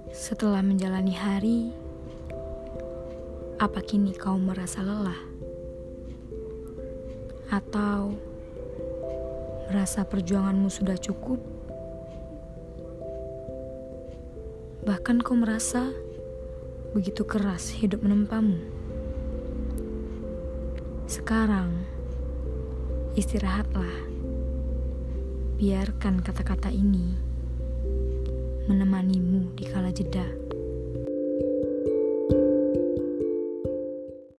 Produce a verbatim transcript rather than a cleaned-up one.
Setelah menjalani hari, apa kini kau merasa lelah? Atau merasa perjuanganmu sudah cukup? Bahkan kau merasa begitu keras hidup menempamu. Sekarang, istirahatlah. Biarkan kata-kata ini menemanimu di kala jeda.